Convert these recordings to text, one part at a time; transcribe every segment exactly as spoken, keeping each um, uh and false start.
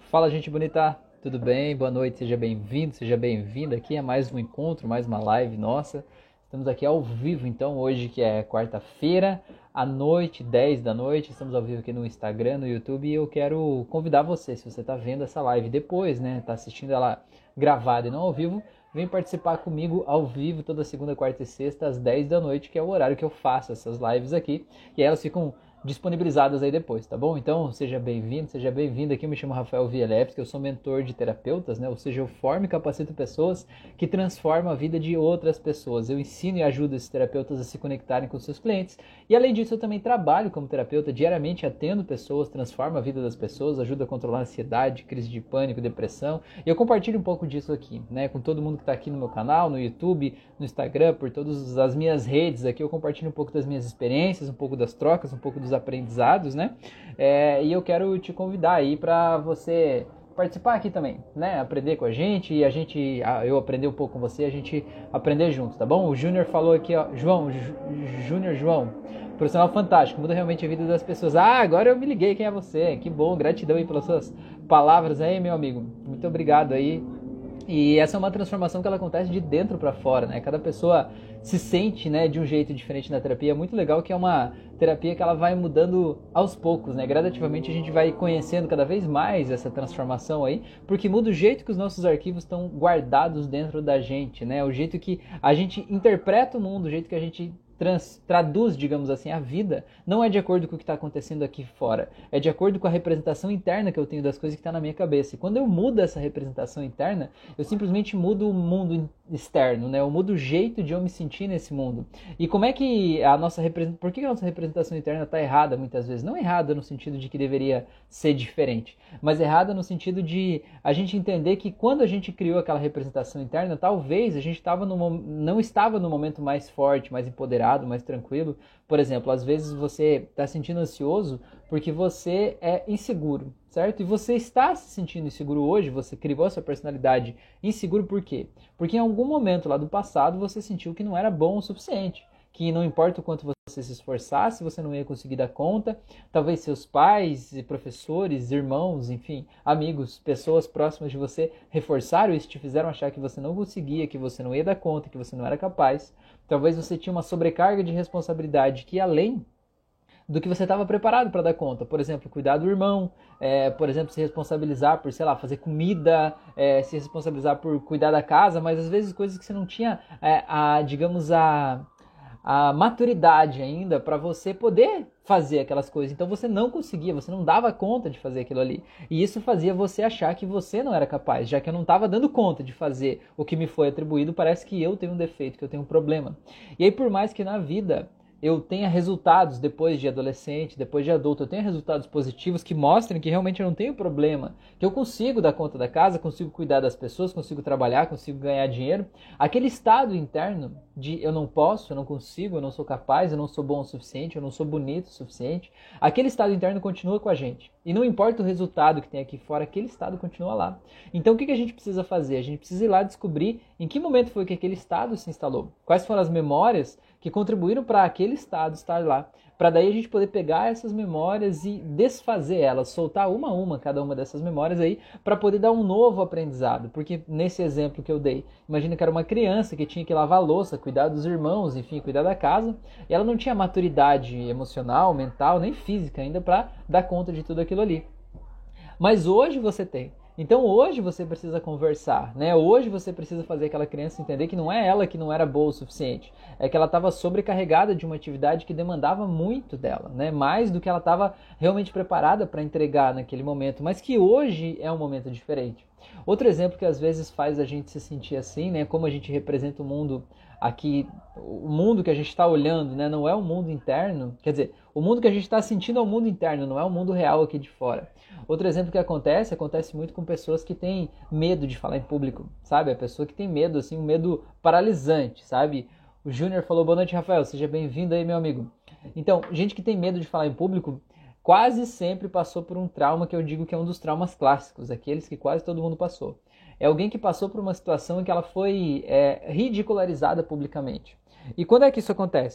Fala, gente bonita, tudo bem? Boa noite, seja bem-vindo, seja bem-vinda aqui a mais um encontro, mais uma live nossa. Estamos aqui ao vivo, então, hoje que é quarta-feira, à noite, dez da noite, estamos ao vivo aqui no Instagram, no YouTube, e eu quero convidar você, se você está vendo essa live depois, né, está assistindo ela gravada e não ao vivo, vem participar comigo ao vivo toda segunda, quarta e sexta, às dez da noite, que é o horário que eu faço essas lives aqui, e aí elas ficam disponibilizadas aí depois, tá bom? Então, seja bem-vindo, seja bem-vinda. Aqui eu me chamo Rafael Vielepski, eu sou mentor de terapeutas, né? Ou seja, eu formo e capacito pessoas que transformam a vida de outras pessoas. Eu ensino e ajudo esses terapeutas a se conectarem com seus clientes. E além disso, eu também trabalho como terapeuta, diariamente atendo pessoas, transformo a vida das pessoas, ajudo a controlar a ansiedade, crise de pânico, depressão. E eu compartilho um pouco disso aqui, né? Com todo mundo que está aqui no meu canal, no YouTube, no Instagram, por todas as minhas redes aqui, eu compartilho um pouco das minhas experiências, um pouco das trocas, um pouco dos aprendizados, né? É, e eu quero te convidar aí para você participar aqui também, né? Aprender com a gente e a gente, eu aprender um pouco com você, a gente aprender junto, tá bom? O Júnior falou aqui, ó, João, Júnior João, profissional fantástico, muda realmente a vida das pessoas. Ah, agora eu me liguei quem é você, que bom, gratidão aí pelas suas palavras aí, meu amigo, muito obrigado aí. E essa é uma transformação que ela acontece de dentro para fora, né? Cada pessoa se sente, né, de um jeito diferente na terapia. É muito legal que é uma terapia que ela vai mudando aos poucos, né? Gradativamente a gente vai conhecendo cada vez mais essa transformação aí, porque muda o jeito que os nossos arquivos estão guardados dentro da gente, né? O jeito que a gente interpreta o mundo, o jeito que a gente Trans, traduz, digamos assim, a vida, não é de acordo com o que está acontecendo aqui fora, é de acordo com a representação interna que eu tenho das coisas que estão na minha cabeça. E quando eu mudo essa representação interna, eu simplesmente mudo o mundo externo, né? Eu mudo o jeito de eu me sentir nesse mundo. E como é que a nossa representação, por que a nossa representação interna está errada muitas vezes? Não errada no sentido de que deveria ser diferente, mas errada no sentido de a gente entender que quando a gente criou aquela representação interna, talvez a gente tava no, não estava no momento mais forte, mais empoderado, mais tranquilo. Por exemplo, às vezes você está se sentindo ansioso porque você é inseguro, certo? E você está se sentindo inseguro hoje, você criou a sua personalidade inseguro por quê? Porque em algum momento lá do passado você sentiu que não era bom o suficiente, que não importa o quanto você se esforçasse, você não ia conseguir dar conta. Talvez seus pais, professores, irmãos, enfim, amigos, pessoas próximas de você reforçaram isso, te fizeram achar que você não conseguia, que você não ia dar conta, que você não era capaz. Talvez você tinha uma sobrecarga de responsabilidade que além do que você estava preparado para dar conta. Por exemplo, cuidar do irmão, é, por exemplo, se responsabilizar por, sei lá, fazer comida, é, se responsabilizar por cuidar da casa, mas às vezes coisas que você não tinha, é, a, digamos, a... a maturidade ainda para você poder fazer aquelas coisas. Então você não conseguia, você não dava conta de fazer aquilo ali. E isso fazia você achar que você não era capaz, já que eu não estava dando conta de fazer o que me foi atribuído, parece que eu tenho um defeito, que eu tenho um problema. E aí, por mais que na vida eu tenha resultados depois de adolescente, depois de adulto, eu tenho resultados positivos que mostrem que realmente eu não tenho problema, que eu consigo dar conta da casa, consigo cuidar das pessoas, consigo trabalhar, consigo ganhar dinheiro. Aquele estado interno de eu não posso, eu não consigo, eu não sou capaz, eu não sou bom o suficiente, eu não sou bonito o suficiente, aquele estado interno continua com a gente. E não importa o resultado que tem aqui fora, aquele estado continua lá. Então o que a gente precisa fazer? A gente precisa ir lá descobrir em que momento foi que aquele estado se instalou. Quais foram as memórias que contribuíram para aquele estado estar lá, para daí a gente poder pegar essas memórias e desfazer elas, soltar uma a uma cada uma dessas memórias aí, para poder dar um novo aprendizado. Porque nesse exemplo que eu dei, imagina que era uma criança que tinha que lavar a louça, cuidar dos irmãos, enfim, cuidar da casa, e ela não tinha maturidade emocional, mental, nem física ainda para dar conta de tudo aquilo ali. Mas hoje você tem. Então hoje você precisa conversar, né? Hoje você precisa fazer aquela criança entender que não é ela que não era boa o suficiente, é que ela estava sobrecarregada de uma atividade que demandava muito dela, né? Mais do que ela estava realmente preparada para entregar naquele momento, mas que hoje é um momento diferente. Outro exemplo que às vezes faz a gente se sentir assim, né? Como a gente representa o mundo aqui, o mundo que a gente está olhando, né? Não é o mundo interno, quer dizer, o mundo que a gente está sentindo é o mundo interno, não é o mundo real aqui de fora. Outro exemplo que acontece, acontece muito com pessoas que têm medo de falar em público, sabe? A pessoa que tem medo, assim, um medo paralisante, sabe? O Júnior falou, boa noite, Rafael, seja bem-vindo aí, meu amigo. Então, gente que tem medo de falar em público, quase sempre passou por um trauma que eu digo que é um dos traumas clássicos, aqueles que quase todo mundo passou. É alguém que passou por uma situação em que ela foi é, ridicularizada publicamente. E quando é que isso acontece?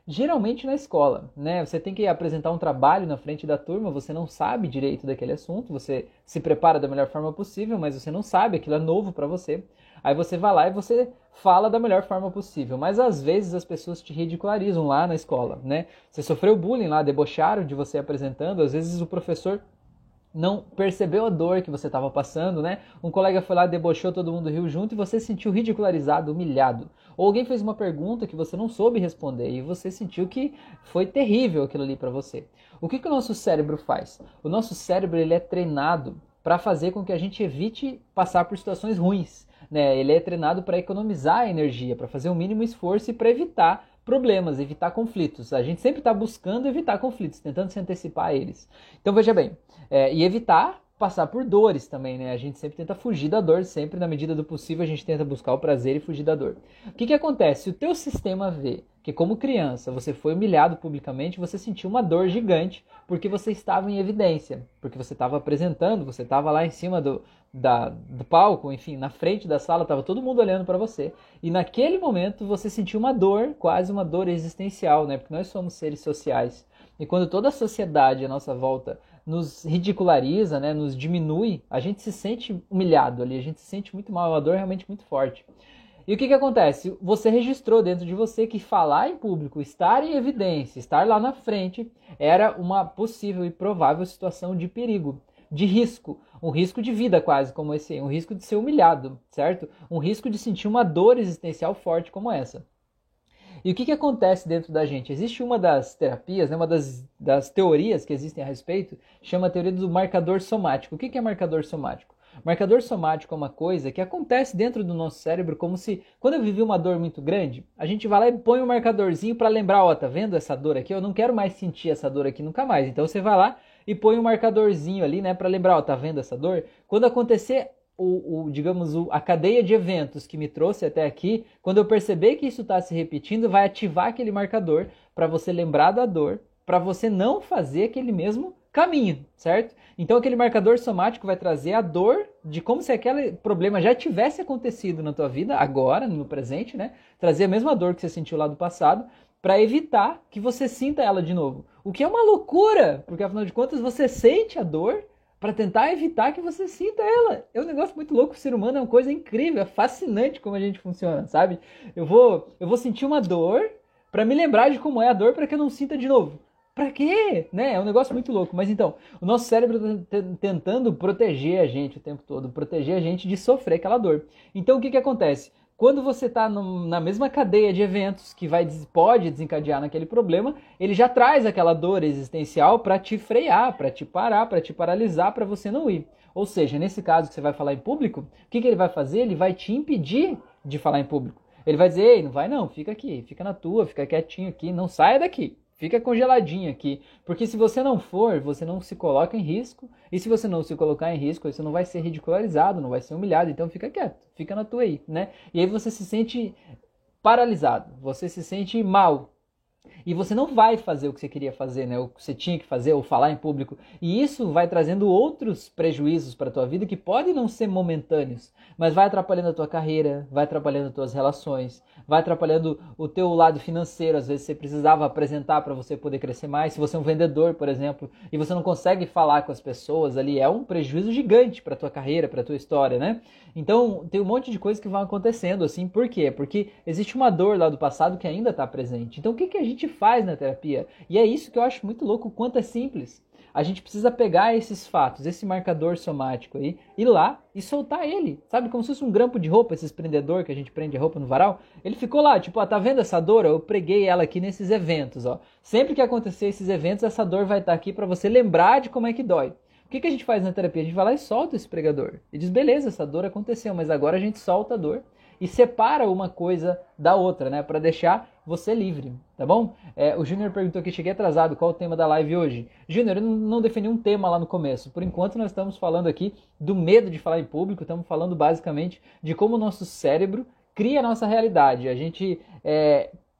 geralmente na escola, né? Você tem que apresentar um trabalho na frente da turma, você não sabe direito daquele assunto, você se prepara da melhor forma possível, mas você não sabe, aquilo é novo para você. Aí você vai lá e você fala da melhor forma possível, mas às vezes as pessoas te ridicularizam lá na escola, né? Você sofreu bullying lá, debocharam de você apresentando, às vezes o professor não percebeu a dor que você estava passando, né? Um colega foi lá, debochou, todo mundo riu junto e você se sentiu ridicularizado, humilhado. Ou alguém fez uma pergunta que você não soube responder e você sentiu que foi terrível aquilo ali para você. O que, que o nosso cérebro faz? O nosso cérebro ele é treinado para fazer com que a gente evite passar por situações ruins, né? Ele é treinado para economizar energia, para fazer o mínimo esforço e para evitar problemas, evitar conflitos. A gente sempre está buscando evitar conflitos, tentando se antecipar a eles. Então veja bem, é, e evitar passar por dores também, né? A gente sempre tenta fugir da dor, sempre na medida do possível a gente tenta buscar o prazer e fugir da dor. O que que acontece? Se o teu sistema vê que como criança você foi humilhado publicamente, você sentiu uma dor gigante porque você estava em evidência, porque você estava apresentando, você estava lá em cima do, da, do palco, enfim, na frente da sala, estava todo mundo olhando para você. E naquele momento você sentiu uma dor, quase uma dor existencial, né? Porque nós somos seres sociais. E quando toda a sociedade à nossa volta nos ridiculariza, né, nos diminui, a gente se sente humilhado ali, a gente se sente muito mal, é uma dor realmente muito forte. E o que que acontece? Você registrou dentro de você que falar em público, estar em evidência, estar lá na frente, era uma possível e provável situação de perigo, de risco, um risco de vida quase como esse aí, um risco de ser humilhado, certo? Um risco de sentir uma dor existencial forte como essa. E o que, que acontece dentro da gente? Existe uma das terapias, né, uma das, das teorias que existem a respeito, chama a teoria do marcador somático. O que, que é marcador somático? Marcador somático é uma coisa que acontece dentro do nosso cérebro como se, quando eu vivi uma dor muito grande, a gente vai lá e põe um marcadorzinho para lembrar, ó, tá vendo essa dor aqui? Eu não quero mais sentir essa dor aqui nunca mais. Então você vai lá e põe um marcadorzinho ali, né, para lembrar, ó, tá vendo essa dor? Quando acontecer O, o, digamos, o, a cadeia de eventos que me trouxe até aqui, quando eu perceber que isso está se repetindo, vai ativar aquele marcador para você lembrar da dor, para você não fazer aquele mesmo caminho, certo? Então aquele marcador somático vai trazer a dor de como se aquele problema já tivesse acontecido na tua vida, agora, no presente, né? Trazer a mesma dor que você sentiu lá do passado, para evitar que você sinta ela de novo. O que é uma loucura, porque afinal de contas você sente a dor para tentar evitar que você sinta ela. É um negócio muito louco, o ser humano é uma coisa incrível, é fascinante como a gente funciona, sabe? Eu vou, eu vou sentir uma dor para me lembrar de como é a dor para que eu não sinta de novo. Pra quê? Né? É um negócio muito louco. Mas então, o nosso cérebro tá tentando proteger a gente o tempo todo, proteger a gente de sofrer aquela dor. Então o que que acontece? Quando você está na mesma cadeia de eventos que vai, pode desencadear naquele problema, ele já traz aquela dor existencial para te frear, para te parar, para te paralisar, para você não ir. Ou seja, nesse caso que você vai falar em público, o que, que ele vai fazer? Ele vai te impedir de falar em público. Ele vai dizer, ei, não vai não, fica aqui, fica na tua, fica quietinho aqui, não saia daqui. Fica congeladinho aqui, porque se você não for, você não se coloca em risco, e se você não se colocar em risco, você não vai ser ridicularizado, não vai ser humilhado, então fica quieto, fica na tua aí, né? E aí você se sente paralisado, você se sente mal, e você não vai fazer o que você queria fazer, né? O que você tinha que fazer, ou falar em público. E isso vai trazendo outros prejuízos para a tua vida que podem não ser momentâneos, mas vai atrapalhando a tua carreira, vai atrapalhando as tuas relações, vai atrapalhando o teu lado financeiro. Às vezes você precisava apresentar para você poder crescer mais. Se você é um vendedor, por exemplo, e você não consegue falar com as pessoas ali, é um prejuízo gigante para a tua carreira, para a tua história, né? Então tem um monte de coisas que vão acontecendo assim. Por quê? Porque existe uma dor lá do passado que ainda está presente. Então o que, que a gente faz na terapia? E é isso que eu acho muito louco, o quanto é simples. A gente precisa pegar esses fatos, esse marcador somático aí, ir lá e soltar ele, sabe? Como se fosse um grampo de roupa, esse prendedor que a gente prende a roupa no varal. Ele ficou lá, tipo, ó, tá vendo essa dor? Eu preguei ela aqui nesses eventos, ó. Sempre que acontecer esses eventos, essa dor vai estar aqui para você lembrar de como é que dói. O que, que a gente faz na terapia? A gente vai lá e solta esse pregador. E diz, beleza, essa dor aconteceu, mas agora a gente solta a dor e separa uma coisa da outra, né? Para deixar você livre, tá bom? É, o Júnior perguntou aqui, cheguei atrasado, qual o tema da live hoje? Júnior, eu não, não defini um tema lá no começo. Por enquanto nós estamos falando aqui do medo de falar em público, estamos falando basicamente de como o nosso cérebro cria a nossa realidade. A gente é,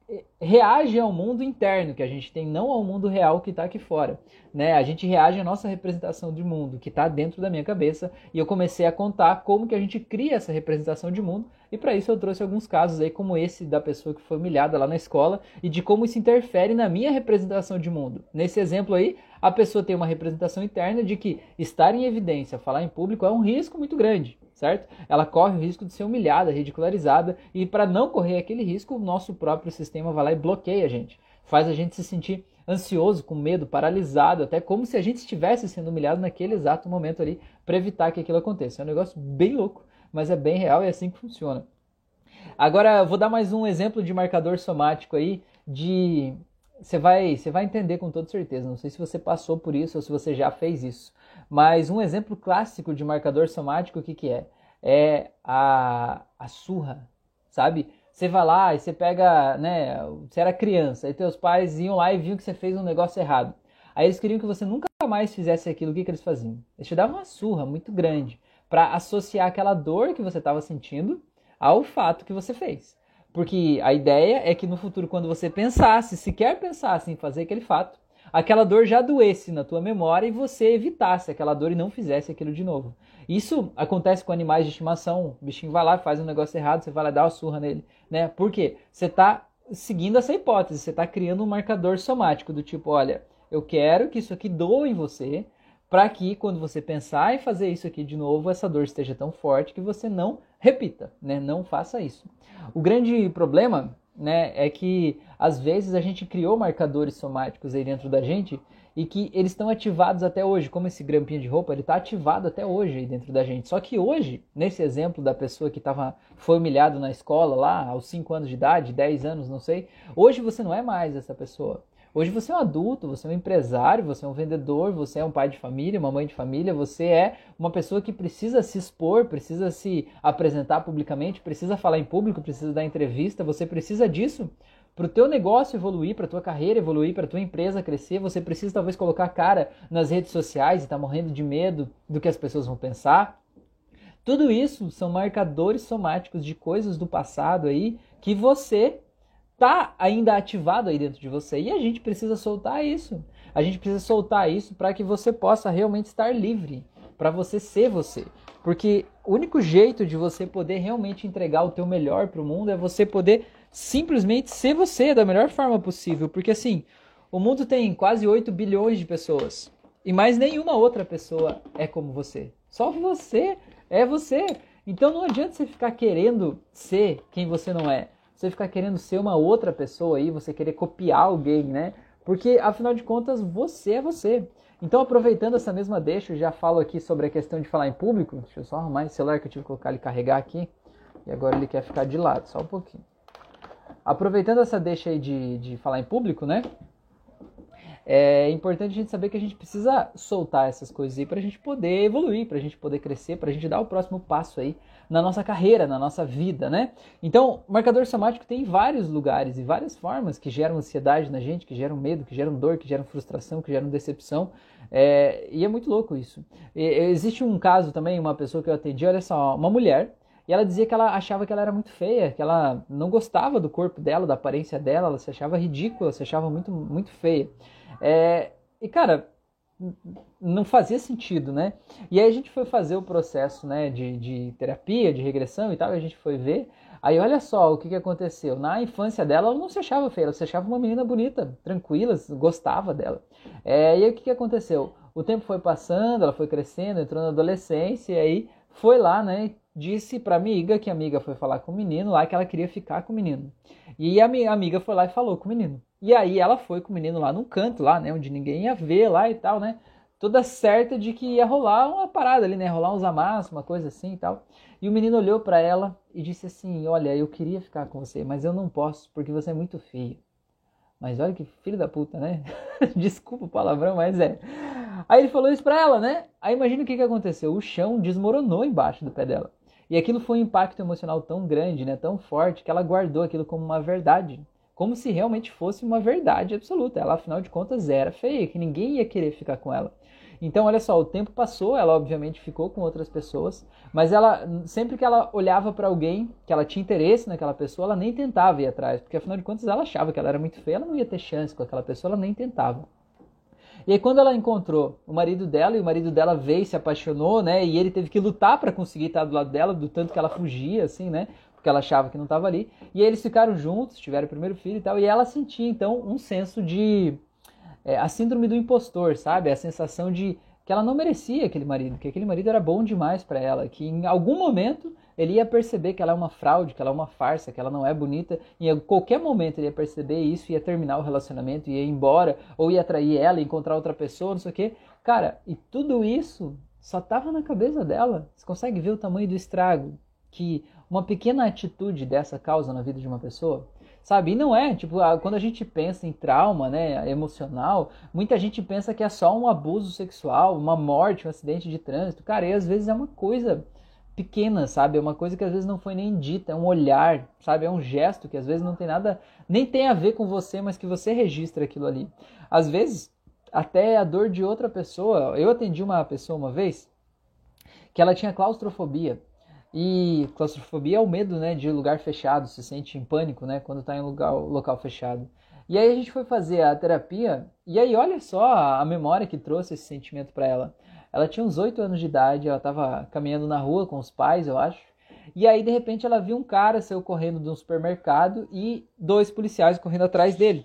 reage ao mundo interno que a gente tem, não ao mundo real que está aqui fora, né? A gente reage à nossa representação de mundo que está dentro da minha cabeça, e eu comecei a contar como que a gente cria essa representação de mundo, e para isso eu trouxe alguns casos aí, como esse da pessoa que foi humilhada lá na escola, e de como isso interfere na minha representação de mundo. Nesse exemplo aí, a pessoa tem uma representação interna de que estar em evidência, falar em público é um risco muito grande, certo? Ela corre o risco de ser humilhada, ridicularizada, e para não correr aquele risco, o nosso próprio sistema vai lá e bloqueia a gente. Faz a gente se sentir ansioso, com medo, paralisado, até como se a gente estivesse sendo humilhado naquele exato momento ali, para evitar que aquilo aconteça. É um negócio bem louco, mas é bem real e é assim que funciona. Agora, eu vou dar mais um exemplo de marcador somático aí, de... Você vai, você vai entender com toda certeza, não sei se você passou por isso ou se você já fez isso, mas um exemplo clássico de marcador somático, o que que é? É a, a surra, sabe? Você vai lá e você pega, né, você era criança, e teus pais iam lá e viam que você fez um negócio errado. Aí eles queriam que você nunca mais fizesse aquilo, o que que eles faziam? Eles te davam uma surra muito grande, para associar aquela dor que você estava sentindo ao fato que você fez. Porque a ideia é que no futuro, quando você pensasse, sequer pensasse em fazer aquele fato, aquela dor já doesse na tua memória e você evitasse aquela dor e não fizesse aquilo de novo. Isso acontece com animais de estimação. O bichinho vai lá, faz um negócio errado, você vai lá dar uma surra nele, né? Por quê? Você está seguindo essa hipótese, você está criando um marcador somático do tipo, olha, eu quero que isso aqui doa em você, para que quando você pensar em fazer isso aqui de novo, essa dor esteja tão forte que você não repita, né? Não faça isso. O grande problema, né, é que às vezes a gente criou marcadores somáticos aí dentro da gente e que eles estão ativados até hoje, como esse grampinho de roupa, ele está ativado até hoje aí dentro da gente. Só que hoje, nesse exemplo da pessoa que tava, foi humilhado na escola lá, aos cinco anos de idade, dez anos, não sei, hoje você não é mais essa pessoa. Hoje você é um adulto, você é um empresário, você é um vendedor, você é um pai de família, uma mãe de família, você é uma pessoa que precisa se expor, precisa se apresentar publicamente, precisa falar em público, precisa dar entrevista, você precisa disso para o teu negócio evoluir, para a tua carreira evoluir, para a tua empresa crescer, você precisa talvez colocar a cara nas redes sociais e tá morrendo de medo do que as pessoas vão pensar. Tudo isso são marcadores somáticos de coisas do passado aí que você tá ainda ativado aí dentro de você, e a gente precisa soltar isso. A gente precisa soltar isso para que você possa realmente estar livre, para você ser você. Porque o único jeito de você poder realmente entregar o teu melhor para o mundo é você poder simplesmente ser você da melhor forma possível. Porque assim, o mundo tem quase oito bilhões de pessoas e mais nenhuma outra pessoa é como você. Só você é você. Então não adianta você ficar querendo ser quem você não é. Você ficar querendo ser uma outra pessoa aí, você querer copiar alguém, né? Porque, afinal de contas, você é você. Então, aproveitando essa mesma deixa, eu já falo aqui sobre a questão de falar em público. Deixa eu só arrumar esse celular que eu tive que colocar ele carregar aqui. E agora ele quer ficar de lado, só um pouquinho. Aproveitando essa deixa aí de, de falar em público, né? É importante a gente saber que a gente precisa soltar essas coisas aí para a gente poder evoluir, para a gente poder crescer, para a gente dar o próximo passo aí na nossa carreira, na nossa vida, né? Então, o marcador somático tem vários lugares e várias formas que geram ansiedade na gente, que geram medo, que geram dor, que geram frustração, que geram decepção. É, e é muito louco isso. E, existe um caso também, uma pessoa que eu atendi, olha só, uma mulher, e ela dizia que ela achava que ela era muito feia, que ela não gostava do corpo dela, da aparência dela, ela se achava ridícula, se achava muito, muito feia. É, e cara, não fazia sentido, né? E aí a gente foi fazer o processo, né, de, de terapia, de regressão e tal, e a gente foi ver. Aí olha só o que, que aconteceu. Na infância dela, ela não se achava feia, ela se achava uma menina bonita, tranquila, gostava dela. É, e aí o que, que aconteceu? O tempo foi passando, ela foi crescendo, entrou na adolescência, e aí foi lá, né, disse pra amiga, que a amiga foi falar com o menino lá, que ela queria ficar com o menino. E a amiga foi lá e falou com o menino. E aí ela foi com o menino lá num canto lá, né, onde ninguém ia ver lá e tal, né, toda certa de que ia rolar uma parada ali, né, rolar uns amassos, uma coisa assim e tal. E o menino olhou pra ela e disse assim, olha, eu queria ficar com você, mas eu não posso, porque você é muito feia. Mas olha que filho da puta, né? Desculpa o palavrão, mas é. Aí ele falou isso pra ela, né? Aí imagina o que, que aconteceu. O chão desmoronou embaixo do pé dela. E aquilo foi um impacto emocional tão grande, né? Tão forte, que ela guardou aquilo como uma verdade. Como se realmente fosse uma verdade absoluta. Ela, afinal de contas, era feia, que ninguém ia querer ficar com ela. Então, olha só, o tempo passou, ela obviamente ficou com outras pessoas, mas ela, sempre que ela olhava para alguém, que ela tinha interesse naquela pessoa, ela nem tentava ir atrás, porque afinal de contas ela achava que ela era muito feia, ela não ia ter chance com aquela pessoa, ela nem tentava. E aí quando ela encontrou o marido dela, e o marido dela veio e se apaixonou, né, e ele teve que lutar para conseguir estar do lado dela, do tanto que ela fugia, assim, né, porque ela achava que não estava ali, e aí eles ficaram juntos, tiveram o primeiro filho e tal, e ela sentia, então, um senso de... É, a síndrome do impostor, sabe? A sensação de que ela não merecia aquele marido, que aquele marido era bom demais para ela, que em algum momento ele ia perceber que ela é uma fraude, que ela é uma farsa, que ela não é bonita, e em qualquer momento ele ia perceber isso, ia terminar o relacionamento, ia ir embora, ou ia trair ela, encontrar outra pessoa, não sei o quê. Cara, e tudo isso só tava na cabeça dela. Você consegue ver o tamanho do estrago que uma pequena atitude dessa causa na vida de uma pessoa? Sabe? E não é, tipo, quando a gente pensa em trauma, né, emocional, muita gente pensa que é só um abuso sexual, uma morte, um acidente de trânsito. Cara, e às vezes é uma coisa pequena, sabe? É uma coisa que às vezes não foi nem dita, é um olhar, sabe? É um gesto que às vezes não tem nada, nem tem a ver com você, mas que você registra aquilo ali. Às vezes, até a dor de outra pessoa. Eu atendi uma pessoa uma vez que ela tinha claustrofobia. E claustrofobia é o medo, né, de lugar fechado, se sente em pânico, né, quando está em lugar, local fechado. E aí a gente foi fazer a terapia, e aí olha só a memória que trouxe esse sentimento para ela. Ela tinha uns oito anos de idade, ela estava caminhando na rua com os pais, eu acho, e aí de repente ela viu um cara sair correndo de um supermercado e dois policiais correndo atrás dele.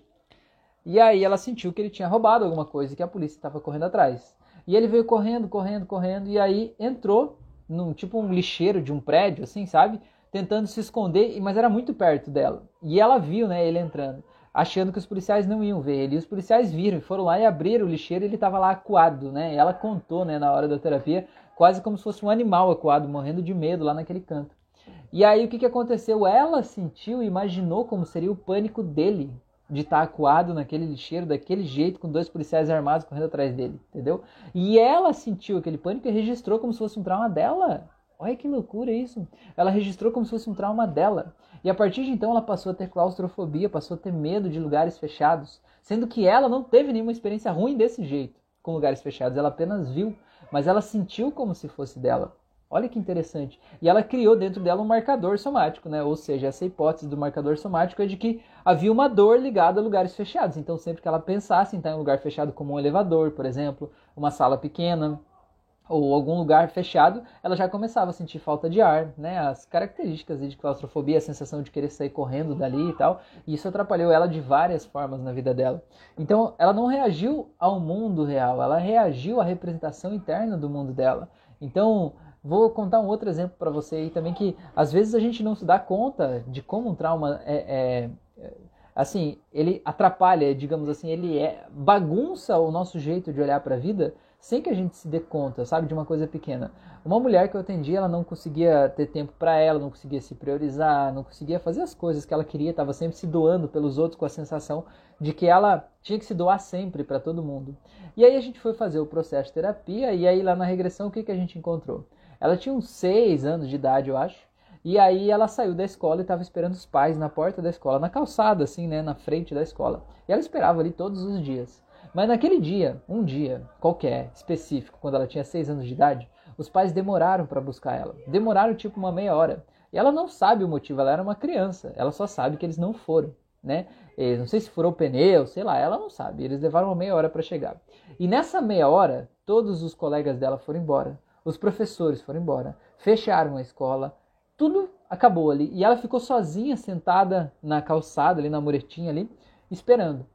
E aí ela sentiu que ele tinha roubado alguma coisa, que a polícia estava correndo atrás. E ele veio correndo, correndo, correndo, e aí entrou num tipo um lixeiro de um prédio, assim, sabe? Tentando se esconder, mas era muito perto dela. E ela viu, né, ele entrando, achando que os policiais não iam ver ele. E os policiais viram, foram lá e abriram o lixeiro e ele estava lá acuado, né? E ela contou, né, na hora da terapia, quase como se fosse um animal acuado, morrendo de medo lá naquele canto. E aí o que, que aconteceu? Ela sentiu e imaginou como seria o pânico dele de estar acuado naquele lixeiro, daquele jeito, com dois policiais armados correndo atrás dele, entendeu? E ela sentiu aquele pânico e registrou como se fosse um trauma dela. Olha que loucura isso. Ela registrou como se fosse um trauma dela. E a partir de então ela passou a ter claustrofobia, passou a ter medo de lugares fechados, sendo que ela não teve nenhuma experiência ruim desse jeito com lugares fechados, ela apenas viu, mas ela sentiu como se fosse dela. Olha que interessante. E ela criou dentro dela um marcador somático, né? Ou seja, essa hipótese do marcador somático é de que havia uma dor ligada a lugares fechados. Então, sempre que ela pensasse em estar em um lugar fechado, como um elevador, por exemplo, uma sala pequena, ou algum lugar fechado, ela já começava a sentir falta de ar, né? As características de claustrofobia, a sensação de querer sair correndo dali e tal. E isso atrapalhou ela de várias formas na vida dela. Então, ela não reagiu ao mundo real, ela reagiu à representação interna do mundo dela. Então, vou contar um outro exemplo para você aí também, que às vezes a gente não se dá conta de como um trauma é, é, assim, ele atrapalha, digamos assim, ele é, bagunça o nosso jeito de olhar para a vida sem que a gente se dê conta, sabe, de uma coisa pequena. Uma mulher que eu atendi, ela não conseguia ter tempo para ela, não conseguia se priorizar, não conseguia fazer as coisas que ela queria, estava sempre se doando pelos outros com a sensação de que ela tinha que se doar sempre para todo mundo. E aí a gente foi fazer o processo de terapia e aí lá na regressão o que, que a gente encontrou? Ela tinha uns seis anos de idade, eu acho, e aí ela saiu da escola e estava esperando os pais na porta da escola, na calçada, assim, né, na frente da escola. E ela esperava ali todos os dias. Mas naquele dia, um dia qualquer, específico, quando ela tinha seis anos de idade, os pais demoraram para buscar ela. Demoraram tipo uma meia hora. E ela não sabe o motivo, ela era uma criança. Ela só sabe que eles não foram, né? E não sei se furou o pneu, sei lá, ela não sabe. Eles levaram uma meia hora para chegar. E nessa meia hora, todos os colegas dela foram embora. Os professores foram embora. Fecharam a escola. Tudo acabou ali. E ela ficou sozinha, sentada na calçada, ali na muretinha ali, esperando.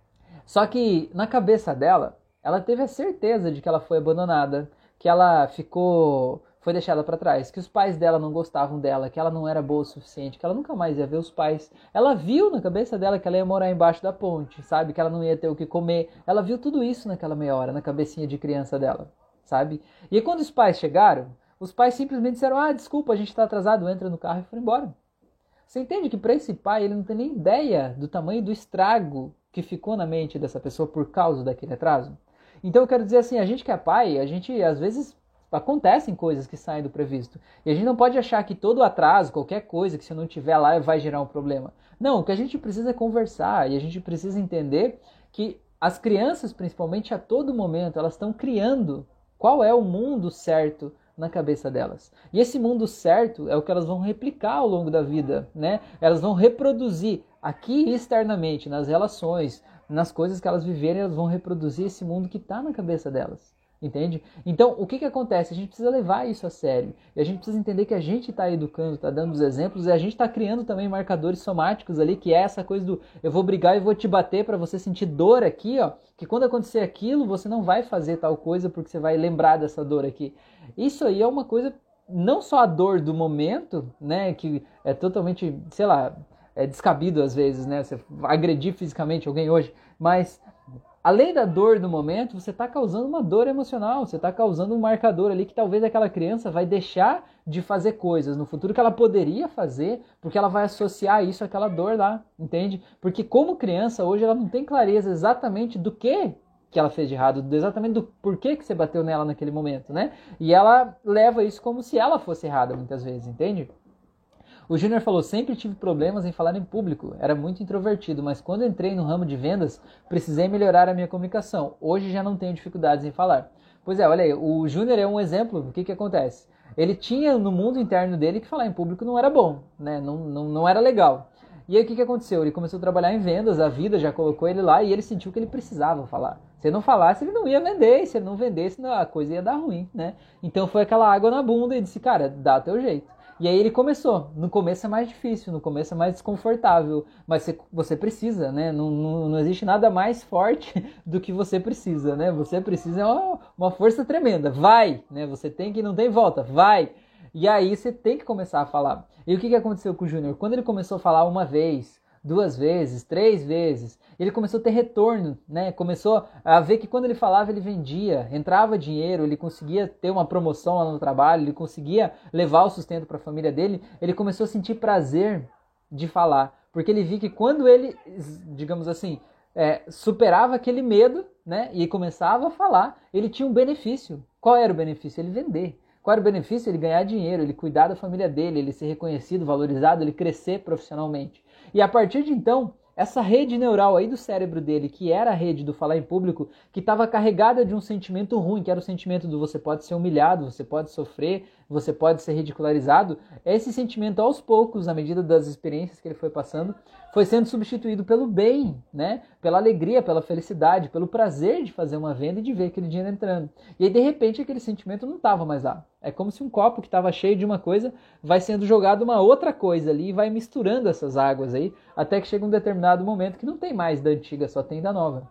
Só que na cabeça dela, ela teve a certeza de que ela foi abandonada, que ela ficou, foi deixada para trás, que os pais dela não gostavam dela, que ela não era boa o suficiente, que ela nunca mais ia ver os pais. Ela viu na cabeça dela que ela ia morar embaixo da ponte, sabe? Que ela não ia ter o que comer. Ela viu tudo isso naquela meia hora, na cabecinha de criança dela, sabe? E aí, quando os pais chegaram, os pais simplesmente disseram, ah, desculpa, a gente está atrasado, entra no carro e foram embora. Você entende que para esse pai, ele não tem nem ideia do tamanho do estrago que ficou na mente dessa pessoa por causa daquele atraso? Então eu quero dizer assim, a gente que é pai, a gente às vezes acontecem coisas que saem do previsto. E a gente não pode achar que todo atraso, qualquer coisa que se não tiver lá vai gerar um problema. Não, o que a gente precisa é conversar e a gente precisa entender que as crianças, principalmente a todo momento, elas estão criando qual é o mundo certo na cabeça delas. E esse mundo certo é o que elas vão replicar ao longo da vida, né? Elas vão reproduzir aqui externamente, nas relações, nas coisas que elas viverem, elas vão reproduzir esse mundo que está na cabeça delas. Entende? Então, o que que acontece? A gente precisa levar isso a sério. E a gente precisa entender que a gente está educando, está dando os exemplos, e a gente está criando também marcadores somáticos ali, que é essa coisa do eu vou brigar e vou te bater para você sentir dor aqui, ó. Que quando acontecer aquilo, você não vai fazer tal coisa porque você vai lembrar dessa dor aqui. Isso aí é uma coisa, não só a dor do momento, né? Que é totalmente, sei lá, é descabido às vezes, né? Você agredir fisicamente alguém hoje, mas além da dor do momento, você está causando uma dor emocional, você está causando um marcador ali que talvez aquela criança vai deixar de fazer coisas no futuro que ela poderia fazer, porque ela vai associar isso àquela dor lá, entende? Porque como criança, hoje ela não tem clareza exatamente do que que ela fez de errado, exatamente do porquê que você bateu nela naquele momento, né? E ela leva isso como se ela fosse errada muitas vezes, entende? O Júnior falou, sempre tive problemas em falar em público, era muito introvertido, mas quando entrei no ramo de vendas, precisei melhorar a minha comunicação. Hoje já não tenho dificuldades em falar. Pois é, olha aí, o Júnior é um exemplo do que que acontece. Ele tinha no mundo interno dele que falar em público não era bom, né? não, não, não era legal. E aí o que que aconteceu? Ele começou a trabalhar em vendas, a vida já colocou ele lá e ele sentiu que ele precisava falar. Se ele não falasse, ele não ia vender, e se ele não vendesse, a coisa ia dar ruim, né? Então foi aquela água na bunda e disse, cara, dá teu jeito. E aí ele começou. No começo é mais difícil, no começo é mais desconfortável, mas você, você precisa, né? Não, não, não existe nada mais forte do que você precisa, né? Você precisa é uma, uma força tremenda. Vai, né? Você tem que, não tem volta, vai. E aí você tem que começar a falar. E o que, que aconteceu com o Júnior? Quando ele começou a falar uma vez, duas vezes, três vezes, ele começou a ter retorno, né? Começou a ver que quando ele falava, ele vendia, entrava dinheiro, ele conseguia ter uma promoção lá no trabalho, ele conseguia levar o sustento para a família dele, ele começou a sentir prazer de falar, porque ele viu que quando ele, digamos assim, é, superava aquele medo, né? E começava a falar, ele tinha um benefício. Qual era o benefício? Ele vender. Qual era o benefício? Ele ganhar dinheiro, ele cuidar da família dele, ele ser reconhecido, valorizado, ele crescer profissionalmente. E a partir de então, essa rede neural aí do cérebro dele, que era a rede do falar em público, que estava carregada de um sentimento ruim, que era o sentimento do você pode ser humilhado, você pode sofrer, você pode ser ridicularizado, esse sentimento aos poucos, à medida das experiências que ele foi passando, foi sendo substituído pelo bem, né? Pela alegria, pela felicidade, pelo prazer de fazer uma venda e de ver aquele dinheiro entrando. E aí, de repente, aquele sentimento não estava mais lá. É como se um copo que estava cheio de uma coisa vai sendo jogado uma outra coisa ali e vai misturando essas águas aí, até que chega um determinado momento que não tem mais da antiga, só tem da nova.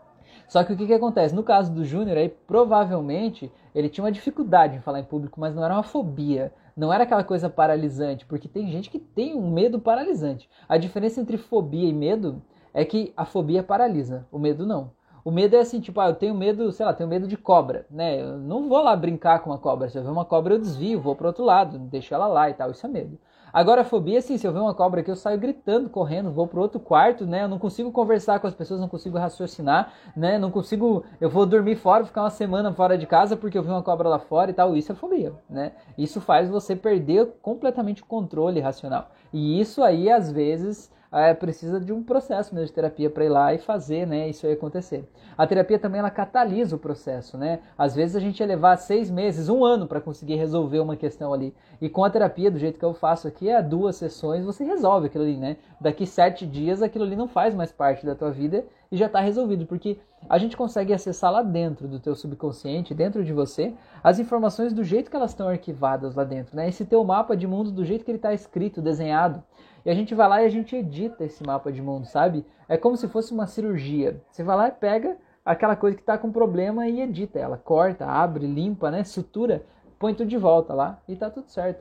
Só que o que, que acontece? No caso do Júnior, aí provavelmente ele tinha uma dificuldade em falar em público, mas não era uma fobia, não era aquela coisa paralisante, porque tem gente que tem um medo paralisante. A diferença entre fobia e medo é que a fobia paralisa, o medo não. O medo é assim, tipo, ah, eu tenho medo, sei lá, tenho medo de cobra, né? Eu não vou lá brincar com uma cobra. Se eu ver uma cobra, eu desvio, vou pro outro lado, deixo ela lá e tal. Isso é medo. Agora, a fobia, assim, se eu ver uma cobra aqui, eu saio gritando, correndo, vou pro outro quarto, né? Eu não consigo conversar com as pessoas, não consigo raciocinar, né? Não consigo... Eu vou dormir fora, ficar uma semana fora de casa porque eu vi uma cobra lá fora e tal. Isso é fobia, né? Isso faz você perder completamente o controle racional. E isso aí, às vezes... É, precisa de um processo mesmo de terapia para ir lá e fazer, né, isso aí acontecer. A terapia também ela catalisa o processo, né? Às vezes a gente ia levar seis meses, um ano para conseguir resolver uma questão ali. E com a terapia, do jeito que eu faço aqui, é duas sessões, você resolve aquilo ali, né? Daqui sete dias aquilo ali não faz mais parte da tua vida e já está resolvido, porque a gente consegue acessar lá dentro do teu subconsciente, dentro de você, as informações do jeito que elas estão arquivadas lá dentro, né? Esse teu mapa de mundo do jeito que ele está escrito, desenhado. E a gente vai lá e a gente edita esse mapa de mundo, sabe? É como se fosse uma cirurgia. Você vai lá e pega aquela coisa que está com problema e edita ela. Corta, abre, limpa, né? Sutura, põe tudo de volta lá e tá tudo certo.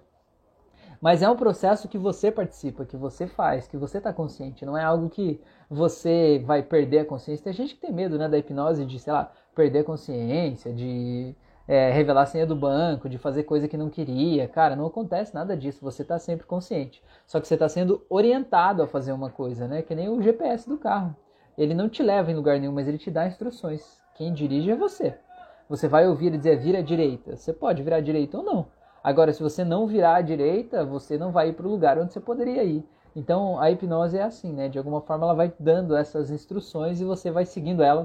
Mas é um processo que você participa, que você faz, que você está consciente. Não é algo que você vai perder a consciência. Tem gente que tem medo, né, da hipnose de, sei lá, perder a consciência, de... É, revelar a senha do banco, de fazer coisa que não queria. Cara, não acontece nada disso, você está sempre consciente. Só que você está sendo orientado a fazer uma coisa, né? Que nem o G P S do carro. Ele não te leva em lugar nenhum, mas ele te dá instruções. Quem dirige é você. Você vai ouvir ele dizer, vira à direita. Você pode virar à direita ou não. Agora, se você não virar à direita, você não vai ir para o lugar onde você poderia ir. Então, a hipnose é assim, né? De alguma forma, ela vai dando essas instruções e você vai seguindo ela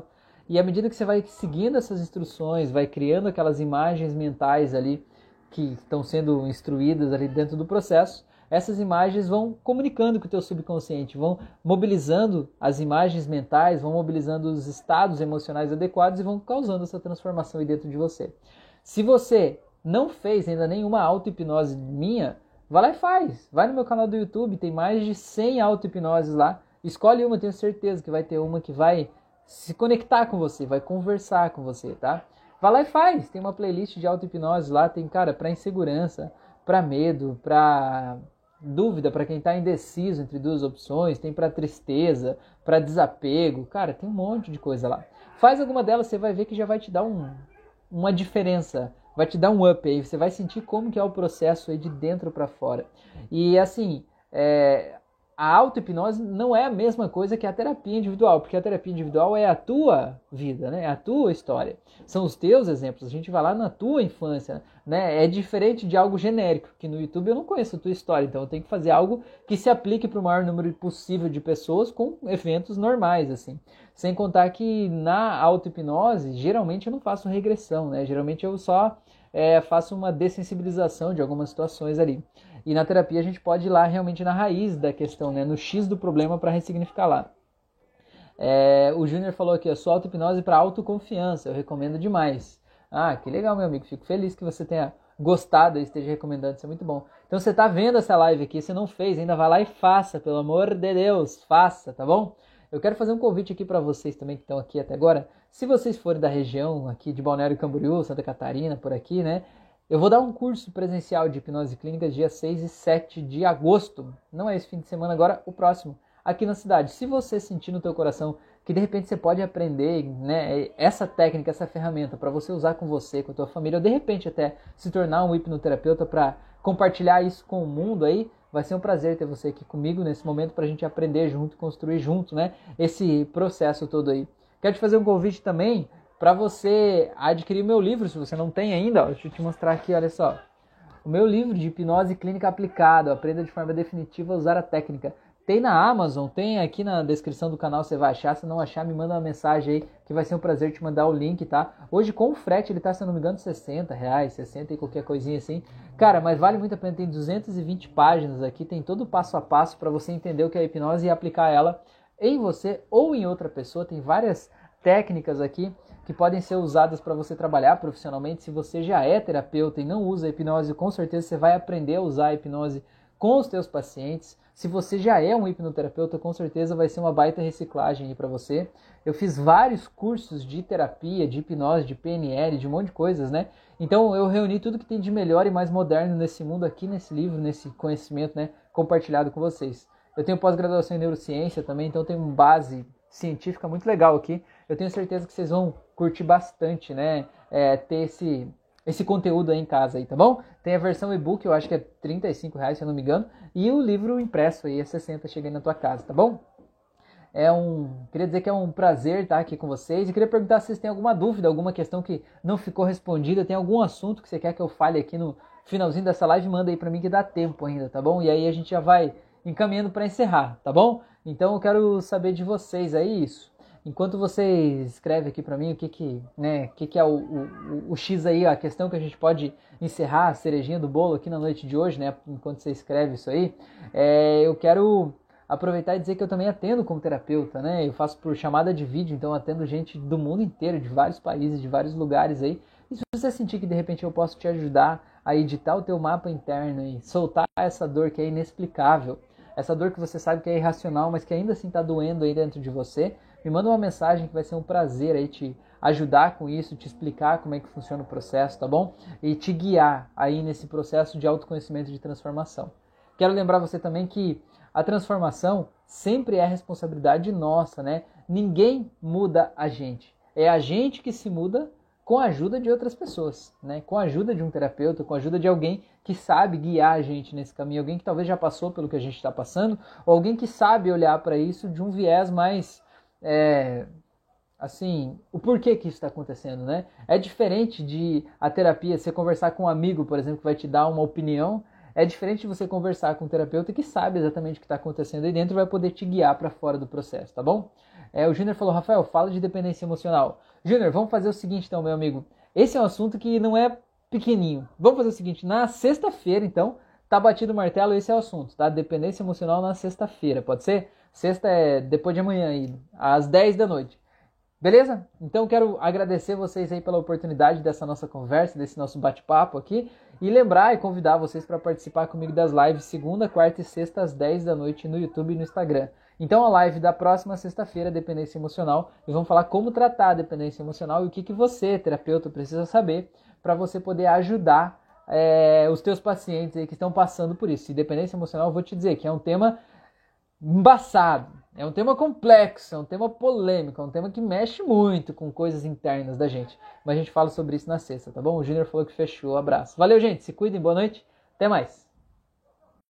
E à medida que você vai seguindo essas instruções, vai criando aquelas imagens mentais ali que estão sendo instruídas ali dentro do processo, essas imagens vão comunicando com o teu subconsciente, vão mobilizando as imagens mentais, vão mobilizando os estados emocionais adequados e vão causando essa transformação aí dentro de você. Se você não fez ainda nenhuma auto-hipnose minha, vai lá e faz. Vai no meu canal do YouTube, tem mais de cem auto-hipnoses lá. Escolhe uma, tenho certeza que vai ter uma que vai se conectar com você, vai conversar com você, tá? Vai lá e faz. Tem uma playlist de auto-hipnose lá, tem, cara, para insegurança, para medo, para dúvida, para quem está indeciso entre duas opções, tem para tristeza, para desapego, cara, tem um monte de coisa lá. Faz alguma delas, você vai ver que já vai te dar um, uma diferença, vai te dar um up aí, você vai sentir como que é o processo aí de dentro para fora. E assim, é, a auto-hipnose não é a mesma coisa que a terapia individual, porque a terapia individual é a tua vida, né? É a tua história. São os teus exemplos, a gente vai lá na tua infância, né? É diferente de algo genérico, que no YouTube eu não conheço a tua história, então eu tenho que fazer algo que se aplique para o maior número possível de pessoas com eventos normais, assim. Sem contar que na auto-hipnose, geralmente eu não faço regressão, né? Geralmente eu só é, faço uma dessensibilização de algumas situações ali. E na terapia a gente pode ir lá realmente na raiz da questão, né? No X do problema para ressignificar lá. É, o Júnior falou aqui, a sua auto-hipnose para autoconfiança, eu recomendo demais. Ah, que legal, meu amigo. Fico feliz que você tenha gostado e esteja recomendando, isso é muito bom. Então você está vendo essa live aqui, você não fez, ainda vai lá e faça, pelo amor de Deus, faça, tá bom? Eu quero fazer um convite aqui para vocês também que estão aqui até agora. Se vocês forem da região aqui de Balneário Camboriú, Santa Catarina, por aqui, né? Eu vou dar um curso presencial de hipnose clínica dia seis e sete de agosto. Não é esse fim de semana, agora o próximo, aqui na cidade. Se você sentir no teu coração que de repente você pode aprender, né, essa técnica, essa ferramenta para você usar com você, com a tua família, ou de repente até se tornar um hipnoterapeuta para compartilhar isso com o mundo aí, vai ser um prazer ter você aqui comigo nesse momento para a gente aprender junto, construir junto, né, esse processo todo aí. Quero te fazer um convite também para você adquirir meu livro, se você não tem ainda, ó, deixa eu te mostrar aqui, olha só. O meu livro de hipnose clínica aplicada, aprenda de forma definitiva a usar a técnica. Tem na Amazon, tem aqui na descrição do canal, você vai achar. Se não achar, me manda uma mensagem aí, que vai ser um prazer te mandar o link, tá? Hoje com o frete ele tá, se não me engano, sessenta reais, sessenta e qualquer coisinha assim. Cara, mas vale muito a pena, tem duzentas e vinte páginas aqui, tem todo o passo a passo para você entender o que é a hipnose e aplicar ela em você ou em outra pessoa. Tem várias técnicas aqui que podem ser usadas para você trabalhar profissionalmente. Se você já é terapeuta e não usa a hipnose, com certeza você vai aprender a usar a hipnose com os teus pacientes. Se você já é um hipnoterapeuta, com certeza vai ser uma baita reciclagem aí para você. Eu fiz vários cursos de terapia, de hipnose, de P N L, de um monte de coisas, né? Então eu reuni tudo que tem de melhor e mais moderno nesse mundo aqui, nesse livro, nesse conhecimento, né, compartilhado com vocês. Eu tenho pós-graduação em neurociência também, então tenho uma base científica muito legal aqui. Eu tenho certeza que vocês vão curtir bastante, né? É, ter esse, esse conteúdo aí em casa aí, tá bom? Tem a versão e-book, eu acho que é trinta e cinco reais, se eu não me engano, e o livro impresso aí é sessenta, chega aí na tua casa, tá bom? É um, queria dizer que é um prazer estar aqui com vocês e queria perguntar se vocês têm alguma dúvida, alguma questão que não ficou respondida, tem algum assunto que você quer que eu fale aqui no finalzinho dessa live, manda aí pra mim que dá tempo ainda, tá bom? E aí a gente já vai encaminhando para encerrar, tá bom? Então eu quero saber de vocês aí isso. Enquanto você escreve aqui para mim o que que, né, o que que é o, o, o X aí, a questão que a gente pode encerrar, a cerejinha do bolo aqui na noite de hoje, né, enquanto você escreve isso aí, é, eu quero aproveitar e dizer que eu também atendo como terapeuta, né, eu faço por chamada de vídeo, então atendo gente do mundo inteiro, de vários países, de vários lugares aí, e se você sentir que de repente eu posso te ajudar a editar o teu mapa interno e soltar essa dor que é inexplicável, essa dor que você sabe que é irracional, mas que ainda assim está doendo aí dentro de você, me manda uma mensagem que vai ser um prazer aí te ajudar com isso, te explicar como é que funciona o processo, tá bom? E te guiar aí nesse processo de autoconhecimento e de transformação. Quero lembrar você também que a transformação sempre é responsabilidade nossa, né? Ninguém muda a gente. É a gente que se muda com a ajuda de outras pessoas, né? Com a ajuda de um terapeuta, com a ajuda de alguém que sabe guiar a gente nesse caminho, alguém que talvez já passou pelo que a gente está passando, ou alguém que sabe olhar para isso de um viés mais... É, assim, o porquê que isso está acontecendo, né? É diferente de a terapia, você conversar com um amigo, por exemplo, que vai te dar uma opinião, é diferente de você conversar com um terapeuta que sabe exatamente o que está acontecendo aí dentro e vai poder te guiar para fora do processo, tá bom? É, o Júnior falou, Rafael, fala de dependência emocional. Júnior, vamos fazer o seguinte então, meu amigo. Esse é um assunto que não é pequenininho. Vamos fazer o seguinte, na sexta-feira, então, tá batido o martelo, esse é o assunto, tá? Dependência emocional na sexta-feira, pode ser? Sexta é depois de amanhã, aí, às dez da noite. Beleza? Então quero agradecer vocês aí pela oportunidade dessa nossa conversa, desse nosso bate-papo aqui. E lembrar e convidar vocês para participar comigo das lives segunda, quarta e sexta às dez da noite no YouTube e no Instagram. Então a live da próxima sexta-feira, dependência emocional, e vamos falar como tratar a dependência emocional e o que, que você, terapeuta, precisa saber para você poder ajudar é, os teus pacientes aí que estão passando por isso. E dependência emocional, eu vou te dizer que é um tema embaçado, é um tema complexo, é um tema polêmico, é um tema que mexe muito com coisas internas da gente. Mas a gente fala sobre isso na sexta, tá bom? O Júnior falou que fechou, abraço. Valeu, gente, se cuidem, boa noite, até mais.